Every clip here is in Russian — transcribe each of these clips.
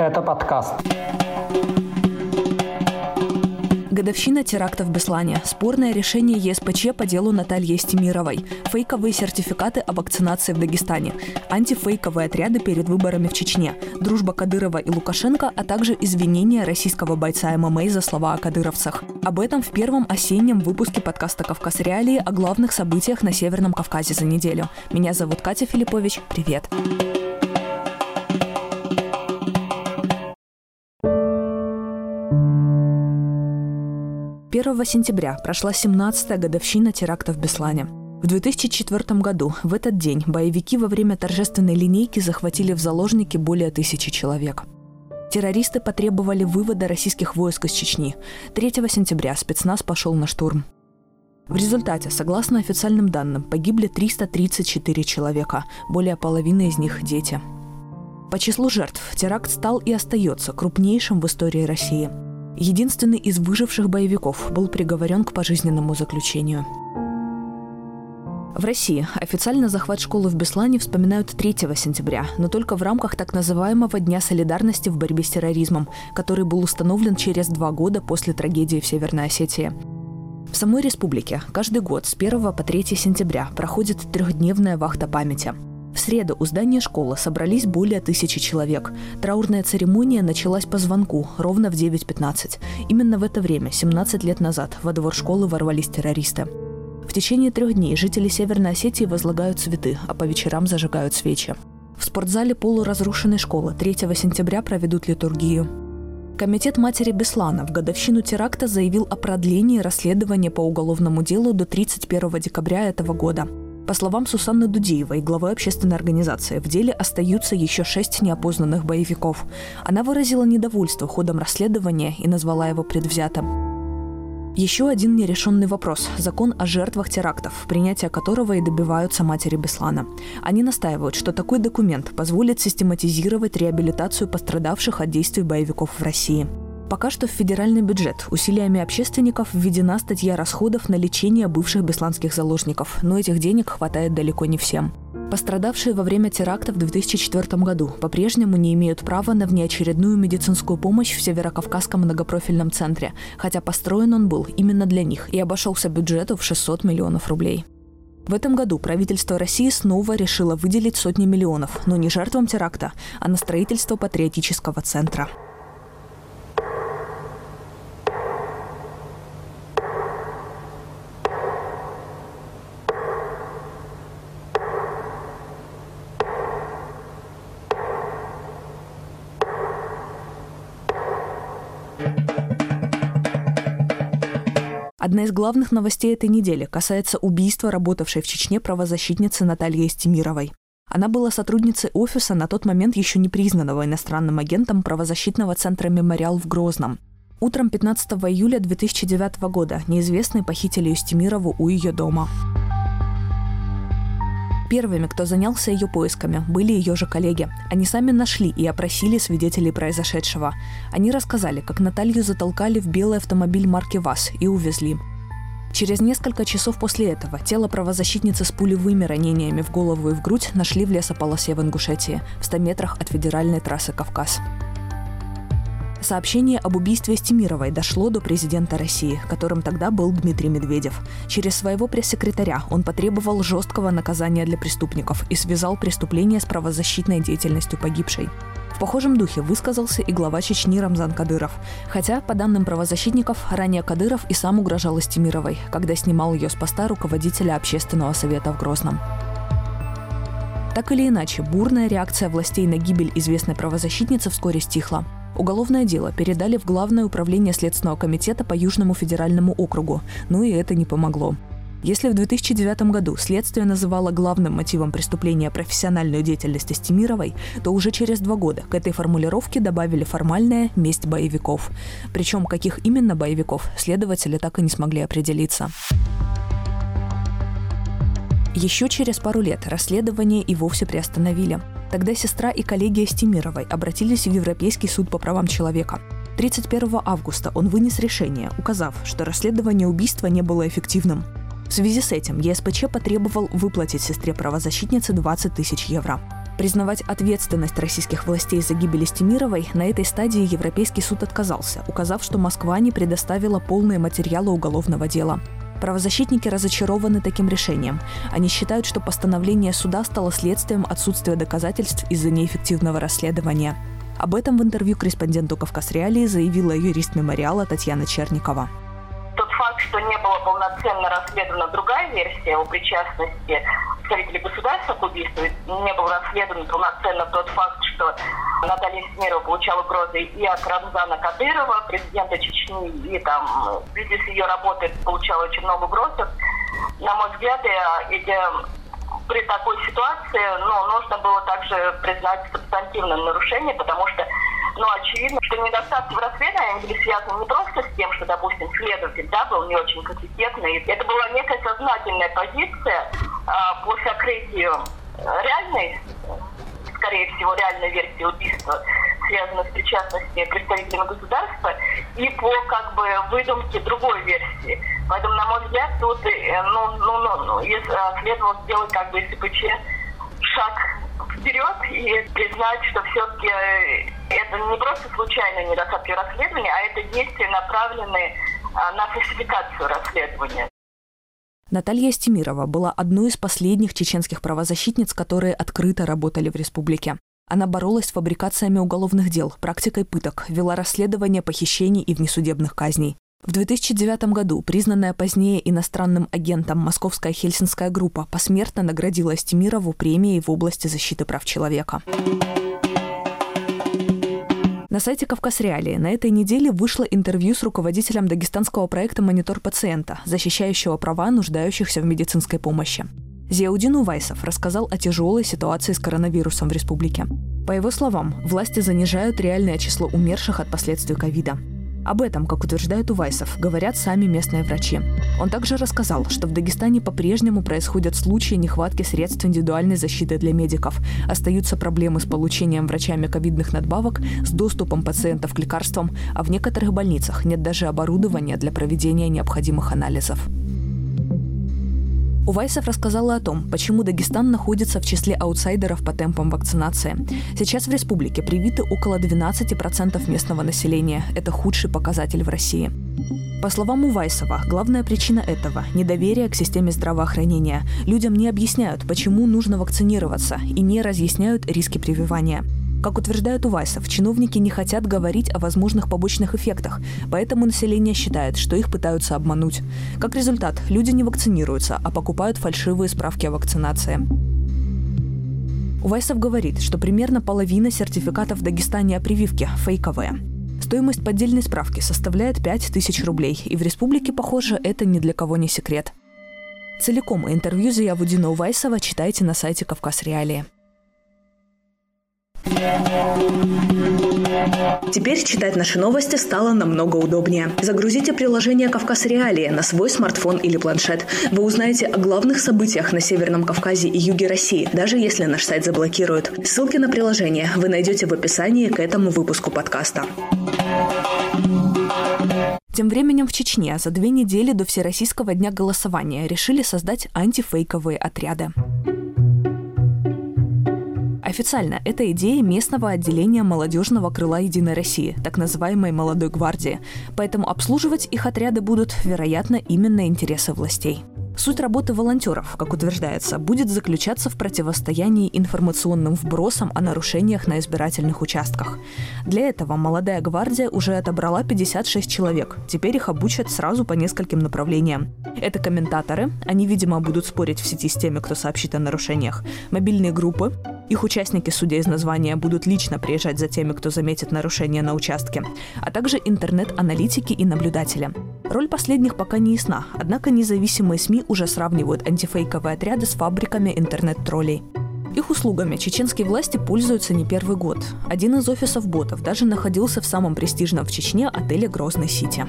Это подкаст. Годовщина терактов в Беслане. Спорное решение ЕСПЧ по делу Натальи Истемировой. Фейковые сертификаты о вакцинации в Дагестане. Антифейковые отряды перед выборами в Чечне. Дружба Кадырова и Лукашенко, а также извинения российского бойца ММА за слова о кадыровцах. Об этом в первом осеннем выпуске подкаста «Кавказ Реалии» о главных событиях на Северном Кавказе за неделю. Меня зовут Катя Филиппович. Привет. 1 сентября прошла 17-я годовщина терактов в Беслане. В 2004 году в этот день боевики во время торжественной линейки захватили в заложники более 1000 человек. Террористы потребовали вывода российских войск из Чечни. 3 сентября спецназ пошел на штурм. В результате, согласно официальным данным, погибли 334 человека, более половины из них – дети. По числу жертв теракт стал и остается крупнейшим в истории России. Единственный из выживших боевиков был приговорен к пожизненному заключению. В России официально захват школы в Беслане вспоминают 3 сентября, но только в рамках так называемого Дня солидарности в борьбе с терроризмом, который был установлен через 2 года после трагедии в Северной Осетии. В самой республике каждый год с 1 по 3 сентября проходит 3-дневная вахта памяти. В среду у здания школы собрались более 1000 человек. Траурная церемония началась по звонку ровно в 9:15. Именно в это время, 17 лет назад, во двор школы ворвались террористы. В течение 3 дней жители Северной Осетии возлагают цветы, а по вечерам зажигают свечи. В спортзале полуразрушенной школы 3 сентября проведут литургию. Комитет матери Беслана в годовщину теракта заявил о продлении расследования по уголовному делу до 31 декабря этого года. По словам Сусанны Дудеевой, главы общественной организации, в деле остаются еще 6 неопознанных боевиков. Она выразила недовольство ходом расследования и назвала его предвзятым. Еще один нерешенный вопрос – закон о жертвах терактов, принятие которого и добиваются матери Беслана. Они настаивают, что такой документ позволит систематизировать реабилитацию пострадавших от действий боевиков в России. Пока что в федеральный бюджет усилиями общественников введена статья расходов на лечение бывших бесланских заложников, но этих денег хватает далеко не всем. Пострадавшие во время теракта в 2004 году по-прежнему не имеют права на внеочередную медицинскую помощь в Северокавказском многопрофильном центре, хотя построен он был именно для них и обошелся бюджету в 600 миллионов рублей. В этом году правительство России снова решило выделить сотни миллионов, но не жертвам теракта, а на строительство патриотического центра. Одна из главных новостей этой недели касается убийства работавшей в Чечне правозащитницы Натальи Истемировой. Она была сотрудницей офиса, на тот момент еще не признанного иностранным агентом правозащитного центра «Мемориал» в Грозном. Утром 15 июля 2009 года неизвестные похитили Истемирову у ее дома. Первыми, кто занялся ее поисками, были ее же коллеги. Они сами нашли и опросили свидетелей произошедшего. Они рассказали, как Наталью затолкали в белый автомобиль марки ВАЗ и увезли. Через несколько часов после этого тело правозащитницы с пулевыми ранениями в голову и в грудь нашли в лесополосе в Ингушетии, в 100 метрах от федеральной трассы «Кавказ». Сообщение об убийстве Истемировой дошло до президента России, которым тогда был Дмитрий Медведев. Через своего пресс-секретаря он потребовал жесткого наказания для преступников и связал преступление с правозащитной деятельностью погибшей. В похожем духе высказался и глава Чечни Рамзан Кадыров. Хотя, по данным правозащитников, ранее Кадыров и сам угрожал Истемировой, когда снимал ее с поста руководителя общественного совета в Грозном. Так или иначе, бурная реакция властей на гибель известной правозащитницы вскоре стихла. Уголовное дело передали в Главное управление Следственного комитета по Южному федеральному округу, но и это не помогло. Если в 2009 году следствие называло главным мотивом преступления профессиональную деятельность Истемировой, то уже через 2 года к этой формулировке добавили формальное «месть боевиков». Причем каких именно боевиков, следователи так и не смогли определиться. Еще через пару лет расследование и вовсе приостановили. Тогда сестра и коллеги Истемировой обратились в Европейский суд по правам человека. 31 августа он вынес решение, указав, что расследование убийства не было эффективным. В связи с этим ЕСПЧ потребовал выплатить сестре правозащитницы 20 000 евро. Признавать ответственность российских властей за гибель Истемировой на этой стадии Европейский суд отказался, указав, что Москва не предоставила полные материалы уголовного дела. Правозащитники разочарованы таким решением. Они считают, что постановление суда стало следствием отсутствия доказательств из-за неэффективного расследования. Об этом в интервью корреспонденту «Кавказ Реалии» заявила юрист мемориала Татьяна Черникова. Тот факт, что не была полноценно расследована другая версия о причастности представителей государства к убийству, не был расследован полноценно тот факт, что Наталья Истемирова получала угрозы и от Рамзана Кадырова, президента Чечни, и там в связи с ее работой получала очень много угроз. На мой взгляд, при такой ситуации нужно было также признать субстантивным нарушением, потому что очевидно, что недостатки в расследовании были связаны не просто с тем, что, допустим, следователь был не очень компетентный. Это была некая сознательная позиция по сокрытию реальной, скорее всего, реальной версии убийства, связанной с причастностью представителями государства, и по выдумке другой версии. Поэтому, на мой взгляд, тут следовало сделать СПЧ шаг вперед и признать, что все-таки это не просто случайные недостатки расследования, а это действия, направленные на фальсификацию расследования. Наталья Истемирова была одной из последних чеченских правозащитниц, которые открыто работали в республике. Она боролась с фабрикациями уголовных дел, практикой пыток, вела расследование похищений и внесудебных казней. В 2009 году признанная позднее иностранным агентом московская хельсинская группа посмертно наградила Истемирову премией в области защиты прав человека. На сайте «Кавказ Реалии» на этой неделе вышло интервью с руководителем дагестанского проекта «Монитор пациента», защищающего права нуждающихся в медицинской помощи. Зияудин Увайсов рассказал о тяжелой ситуации с коронавирусом в республике. По его словам, власти занижают реальное число умерших от последствий ковида. Об этом, как утверждает Увайсов, говорят сами местные врачи. Он также рассказал, что в Дагестане по-прежнему происходят случаи нехватки средств индивидуальной защиты для медиков, остаются проблемы с получением врачами ковидных надбавок, с доступом пациентов к лекарствам, а в некоторых больницах нет даже оборудования для проведения необходимых анализов. Увайсов рассказала о том, почему Дагестан находится в числе аутсайдеров по темпам вакцинации. Сейчас в республике привиты около 12% местного населения. Это худший показатель в России. По словам Увайсова, главная причина этого – недоверие к системе здравоохранения. Людям не объясняют, почему нужно вакцинироваться, и не разъясняют риски прививания. Как утверждает Увайсов, чиновники не хотят говорить о возможных побочных эффектах, поэтому население считает, что их пытаются обмануть. Как результат, люди не вакцинируются, а покупают фальшивые справки о вакцинации. Увайсов говорит, что примерно половина сертификатов в Дагестане о прививке – фейковые. Стоимость поддельной справки составляет 5000 рублей, и в республике, похоже, это ни для кого не секрет. Целиком интервью Зияудина Увайсова читайте на сайте «Кавказ Реалии». Теперь читать наши новости стало намного удобнее. Загрузите приложение «Кавказ Реалии» на свой смартфон или планшет. Вы узнаете о главных событиях на Северном Кавказе и юге России, даже если наш сайт заблокируют. Ссылки на приложение вы найдете в описании к этому выпуску подкаста. Тем временем в Чечне за 2 недели до Всероссийского дня голосования решили создать антифейковые отряды. Официально это идея местного отделения молодежного крыла «Единой России», так называемой «Молодой гвардии», поэтому обслуживать их отряды будут, вероятно, именно интересы властей. Суть работы волонтеров, как утверждается, будет заключаться в противостоянии информационным вбросам о нарушениях на избирательных участках. Для этого «Молодая гвардия» уже отобрала 56 человек. Теперь их обучат сразу по нескольким направлениям. Это комментаторы, они, видимо, будут спорить в сети с теми, кто сообщит о нарушениях, мобильные группы, их участники, судя из названия, будут лично приезжать за теми, кто заметит нарушения на участке, а также интернет-аналитики и наблюдатели. Роль последних пока не ясна, однако независимые СМИ уже сравнивают антифейковые отряды с фабриками интернет-троллей. Их услугами чеченские власти пользуются не первый год. Один из офисов ботов даже находился в самом престижном в Чечне отеле «Грозный Сити».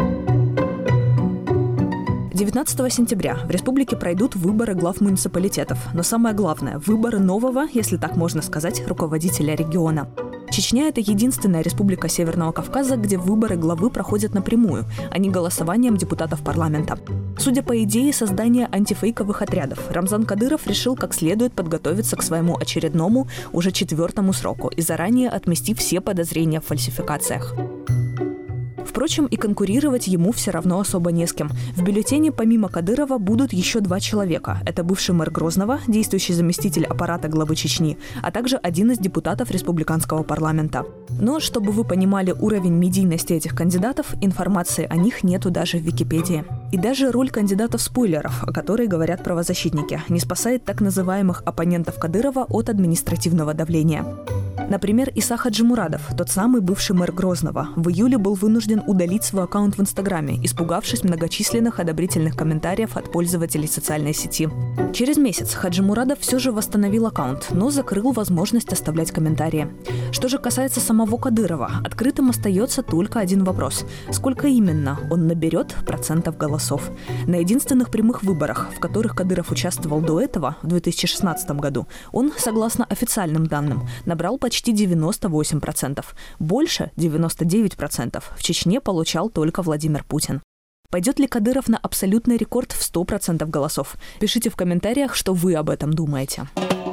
19 сентября в республике пройдут выборы глав муниципалитетов, но самое главное – выборы нового, если так можно сказать, руководителя региона. Чечня – это единственная республика Северного Кавказа, где выборы главы проходят напрямую, а не голосованием депутатов парламента. Судя по идее создания антифейковых отрядов, Рамзан Кадыров решил как следует подготовиться к своему очередному, уже 4-му сроку и заранее отмести все подозрения в фальсификациях. Впрочем, и конкурировать ему все равно особо не с кем. В бюллетене помимо Кадырова будут еще 2 человека. Это бывший мэр Грозного, действующий заместитель аппарата главы Чечни, а также один из депутатов республиканского парламента. Но, чтобы вы понимали уровень медийности этих кандидатов, информации о них нету даже в Википедии. И даже роль кандидатов-спойлеров, о которой говорят правозащитники, не спасает так называемых оппонентов Кадырова от административного давления. Например, Иса Хаджимурадов, тот самый бывший мэр Грозного, в июле был вынужден удалить свой аккаунт в Инстаграме, испугавшись многочисленных одобрительных комментариев от пользователей социальной сети. Через месяц Хаджимурадов все же восстановил аккаунт, но закрыл возможность оставлять комментарии. Что же касается самого Кадырова, открытым остается только один вопрос. Сколько именно он наберет процентов голосов? На единственных прямых выборах, в которых Кадыров участвовал до этого, в 2016 году, он, согласно официальным данным, набрал почти 98%. Больше, 99%, в Чечне получал только Владимир Путин. Пойдет ли Кадыров на абсолютный рекорд в 100% голосов? Пишите в комментариях, что вы об этом думаете.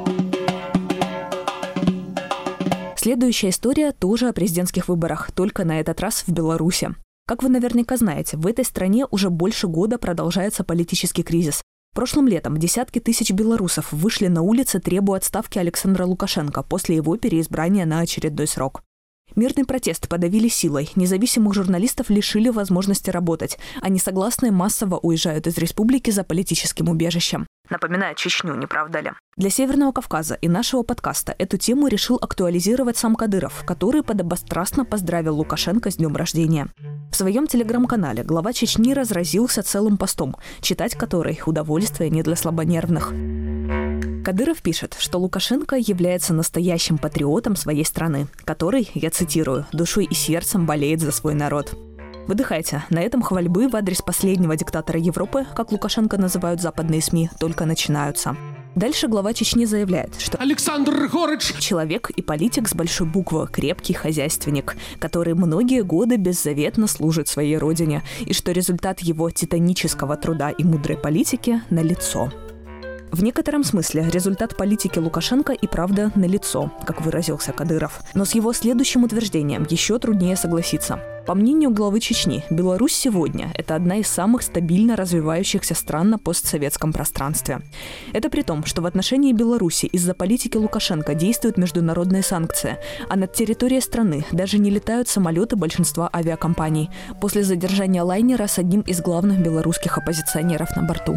Следующая история тоже о президентских выборах, только на этот раз в Беларуси. Как вы наверняка знаете, в этой стране уже больше года продолжается политический кризис. Прошлым летом десятки тысяч белорусов вышли на улицы, требуя отставки Александра Лукашенко после его переизбрания на очередной срок. Мирный протест подавили силой, независимых журналистов лишили возможности работать, а несогласные массово уезжают из республики за политическим убежищем. Напоминает Чечню, не правда ли? Для Северного Кавказа и нашего подкаста эту тему решил актуализировать сам Кадыров, который подобострастно поздравил Лукашенко с днем рождения. В своем телеграм-канале глава Чечни разразился целым постом, читать который – удовольствие не для слабонервных. Кадыров пишет, что Лукашенко является настоящим патриотом своей страны, который, я цитирую, «душой и сердцем болеет за свой народ». Выдыхайте, на этом хвальбы в адрес последнего диктатора Европы, как Лукашенко называют западные СМИ, только начинаются. Дальше глава Чечни заявляет, что Александр Григорьевич – человек и политик с большой буквы, крепкий хозяйственник, который многие годы беззаветно служит своей родине, и что результат его титанического труда и мудрой политики налицо. В некотором смысле результат политики Лукашенко и правда налицо, как выразился Кадыров. Но с его следующим утверждением еще труднее согласиться. По мнению главы Чечни, Беларусь сегодня – это одна из самых стабильно развивающихся стран на постсоветском пространстве. Это при том, что в отношении Беларуси из-за политики Лукашенко действуют международные санкции, а над территорией страны даже не летают самолеты большинства авиакомпаний после задержания лайнера с одним из главных белорусских оппозиционеров на борту.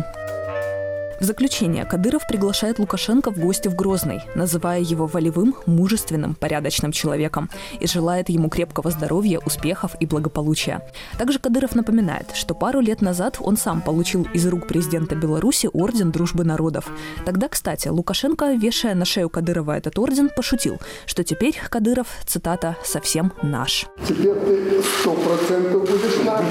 В заключение Кадыров приглашает Лукашенко в гости в Грозный, называя его волевым, мужественным, порядочным человеком и желает ему крепкого здоровья, успехов и благополучия. Также Кадыров напоминает, что пару лет назад он сам получил из рук президента Беларуси орден Дружбы народов. Тогда, кстати, Лукашенко, вешая на шею Кадырова этот орден, пошутил, что теперь Кадыров, цитата, «совсем наш». Теперь ты 100% будешь наш.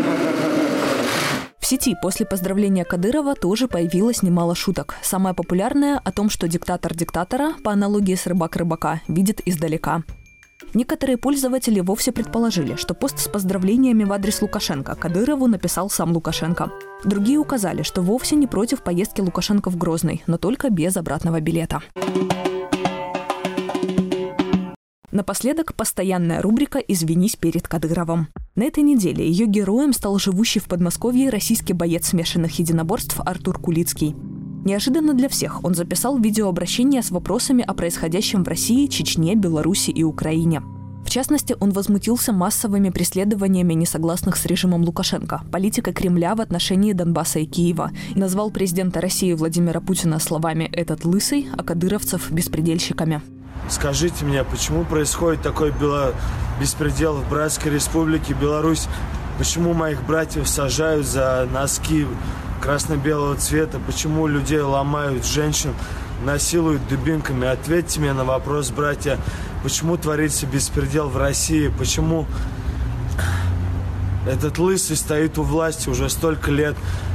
В сети после поздравления Кадырова тоже появилось немало шуток. Самая популярная о том, что диктатор диктатора, по аналогии с рыбак рыбака, видит издалека. Некоторые пользователи вовсе предположили, что пост с поздравлениями в адрес Лукашенко Кадырову написал сам Лукашенко. Другие указали, что вовсе не против поездки Лукашенко в Грозный, но только без обратного билета. Напоследок постоянная рубрика «Извинись перед Кадыровым». На этой неделе ее героем стал живущий в Подмосковье российский боец смешанных единоборств Артур Кулицкий. Неожиданно для всех он записал видеообращение с вопросами о происходящем в России, Чечне, Беларуси и Украине. В частности, он возмутился массовыми преследованиями несогласных с режимом Лукашенко, политикой Кремля в отношении Донбасса и Киева, и назвал президента России Владимира Путина словами «этот лысый», а кадыровцев – беспредельщиками. Скажите мне, почему происходит такой беспредел в братской республике Беларусь? Почему моих братьев сажают за носки красно-белого цвета? Почему людей ломают, женщин насилуют дубинками? Ответьте мне на вопрос, братья. Почему творится беспредел в России? Почему этот лысый стоит у власти уже столько лет?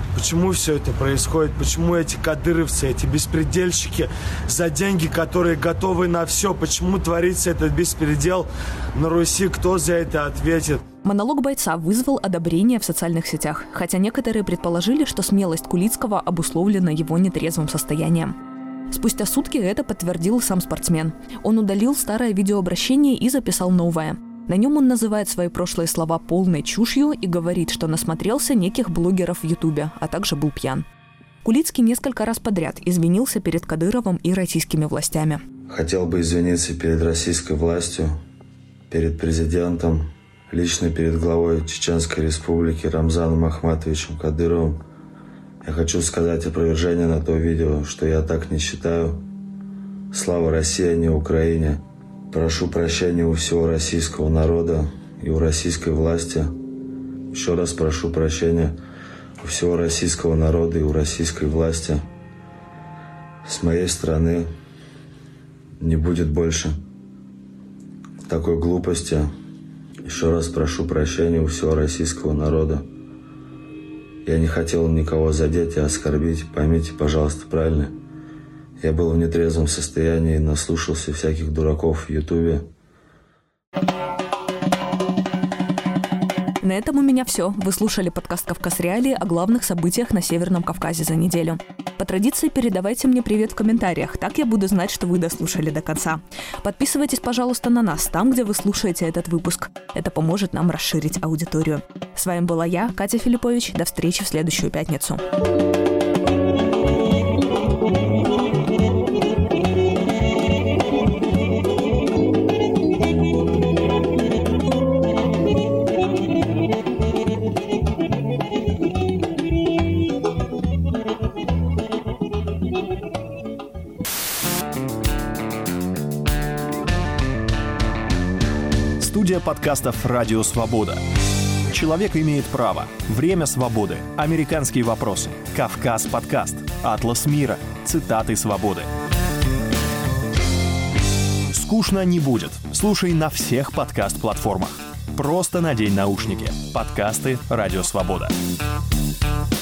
Почему все это происходит? Почему эти кадыровцы, эти беспредельщики за деньги, которые готовы на все? Почему творится этот беспредел на Руси? Кто за это ответит? Монолог бойца вызвал одобрение в социальных сетях, хотя некоторые предположили, что смелость Кулицкого обусловлена его нетрезвым состоянием. Спустя сутки это подтвердил сам спортсмен. Он удалил старое видеообращение и записал новое. На нем он называет свои прошлые слова полной чушью и говорит, что насмотрелся неких блогеров в Ютубе, а также был пьян. Кулицкий несколько раз подряд извинился перед Кадыровым и российскими властями. Хотел бы извиниться перед российской властью, перед президентом, лично перед главой Чеченской Республики Рамзаном Ахматовичем Кадыровым. Я хочу сказать опровержение на то видео, что я так не считаю. Слава России, а не Украине. Прошу прощения у всего российского народа и у российской власти. Еще раз прошу прощения у всего российского народа и у российской власти. С моей стороны не будет больше такой глупости. Еще раз прошу прощения у всего российского народа. Я не хотел никого задеть и оскорбить. Поймите, пожалуйста, правильно. Я был в нетрезвом состоянии и наслушался всяких дураков в Ютубе. На этом у меня все. Вы слушали подкаст «Кавказ Реалии» о главных событиях на Северном Кавказе за неделю. По традиции передавайте мне привет в комментариях, так я буду знать, что вы дослушали до конца. Подписывайтесь, пожалуйста, на нас, там, где вы слушаете этот выпуск. Это поможет нам расширить аудиторию. С вами была я, Катя Филиппович. До встречи в следующую пятницу. Студия подкастов «Радио Свобода». Человек имеет право. Время свободы. Американские вопросы. Кавказ подкаст. Атлас мира. Цитаты свободы. Скучно не будет. Слушай на всех подкаст-платформах. Просто надень наушники. Подкасты «Радио Свобода».